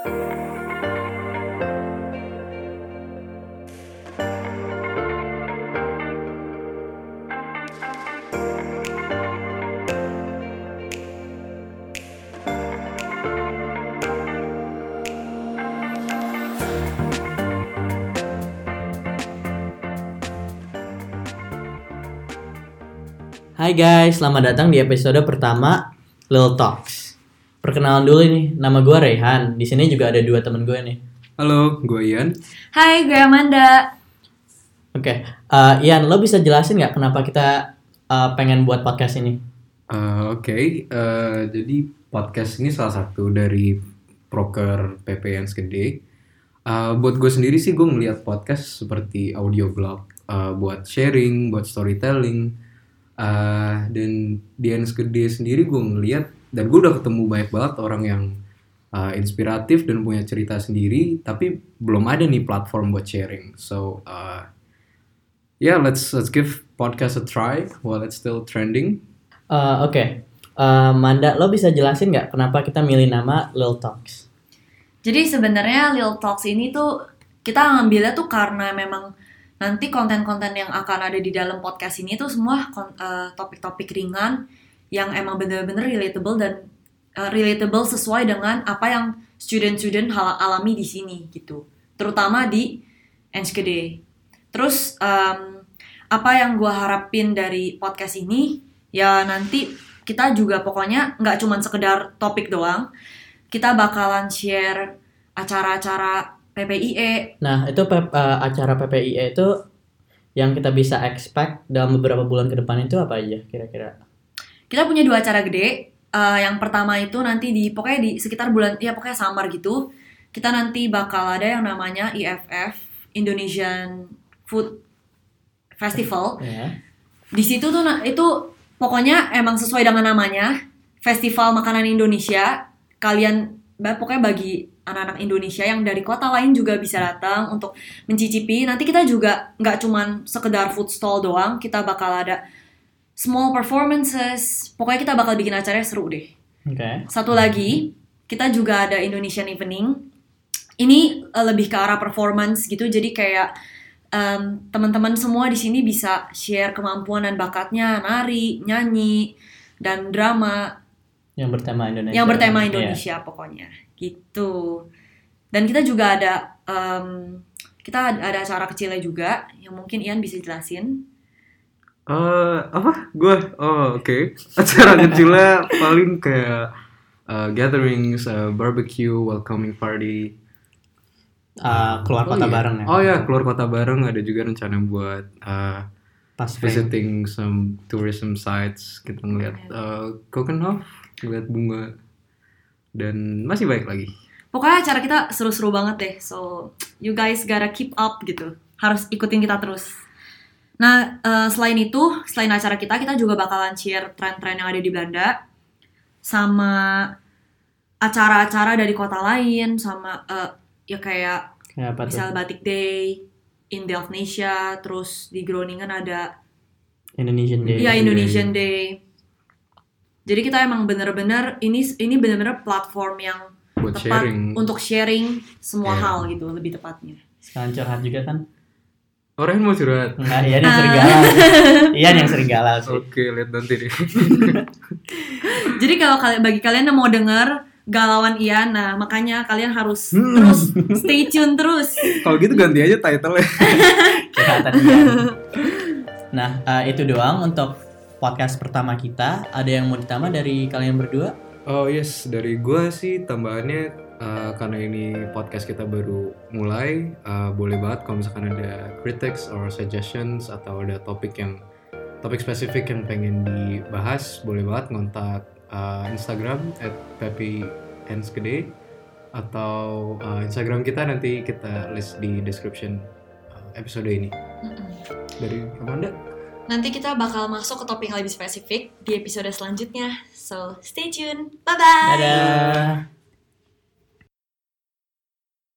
Hai guys, selamat datang di episode pertama Lil Talks. Perkenalan dulu nih, nama gue Rehan. Di sini juga ada dua temen gue nih. Halo, gue Ian. Hai, gue Amanda. Oke, Ian, lo bisa jelasin nggak kenapa kita pengen buat podcast ini? Jadi podcast ini salah satu dari proker PPN Gede. Buat gue sendiri sih, gue ngeliat podcast seperti audio blog, buat sharing, buat storytelling. Dan di Gede sendiri gue ngeliat, dan gue udah ketemu banyak banget orang yang inspiratif dan punya cerita sendiri, tapi belum ada nih platform buat sharing. So let's give podcast a try while it's still trending. Manda, lo bisa jelasin nggak kenapa kita milih nama Lil Talks? Jadi sebenarnya Lil Talks ini tuh kita ngambilnya tuh karena memang nanti konten-konten yang akan ada di dalam podcast ini tuh semua topik-topik ringan yang emang bener-bener relatable dan relatable sesuai dengan apa yang student-student alami di sini gitu. Terutama di Enschede. Terus apa yang gue harapin dari podcast ini ya nanti kita juga pokoknya nggak cuma sekedar topik doang. Kita bakalan share acara-acara PPIE. Nah, itu acara PPIE itu yang kita bisa expect dalam beberapa bulan ke depan itu apa aja kira-kira? Kita punya 2 acara gede. Yang pertama itu nanti pokoknya di sekitar bulan, ya pokoknya summer gitu. Kita nanti bakal ada yang namanya IFF, Indonesian Food Festival. Yeah. Di situ tuh itu pokoknya emang sesuai dengan namanya, Festival Makanan Indonesia. Kalian pokoknya bagi anak-anak Indonesia yang dari kota lain juga bisa datang untuk mencicipi. Nanti kita juga nggak cuman sekedar food stall doang, kita bakal ada small performances. Pokoknya kita bakal bikin acaranya seru deh. Okay. Satu lagi, kita juga ada Indonesian Evening. Ini lebih ke arah performance gitu, jadi kayak teman-teman semua di sini bisa share kemampuan dan bakatnya, nari, nyanyi, dan drama. Yang bertema Indonesia pokoknya gitu. Dan kita juga ada acara kecilnya juga yang mungkin Ian bisa jelasin. Oke. Acara kecilnya paling kayak gatherings, barbecue, welcoming party. Keluar kota bareng ya? Oh ya, keluar kota bareng. Ada juga rencana buat visiting some tourism sites. Kita ngeliat Kokenhof, ngeliat bunga, dan masih banyak lagi. Pokoknya acara kita seru-seru banget deh. So, you guys gotta keep up gitu. Harus ikutin kita terus. Nah, selain acara kita juga bakalan share tren-tren yang ada di Belanda. Sama acara-acara dari kota lain. Sama ya kayak misal Batik Day, in Delfnesia. Terus di Groningen ada Indonesian Day. Iya, Indonesian Day. Jadi kita emang bener-bener ini bener-bener platform yang buat tepat untuk sharing semua hal gitu, lebih tepatnya. Sekarang curhat juga kan? Orang mau curhat? Enggak, Ian yang serigala. Ian yang serigala sih. Oke, lihat nanti deh. Jadi kalau bagi kalian yang mau denger galauan Ian, nah makanya kalian harus terus stay tune terus. Kalau gitu ganti aja title-nya. Curhatan Ian. Nah, itu doang untuk podcast pertama kita. Ada yang mau ditambah dari kalian berdua? Oh yes, dari gue sih tambahannya karena ini podcast kita baru mulai, boleh banget kalau misalkan ada critics or suggestions atau ada topik spesifik yang pengen dibahas, boleh banget ngontak Instagram @pepi_ensgede atau Instagram kita nanti kita list di description episode ini. Dari Amanda? Nanti kita bakal masuk ke topik yang lebih spesifik di episode selanjutnya. So, stay tune. Bye-bye! Dadah!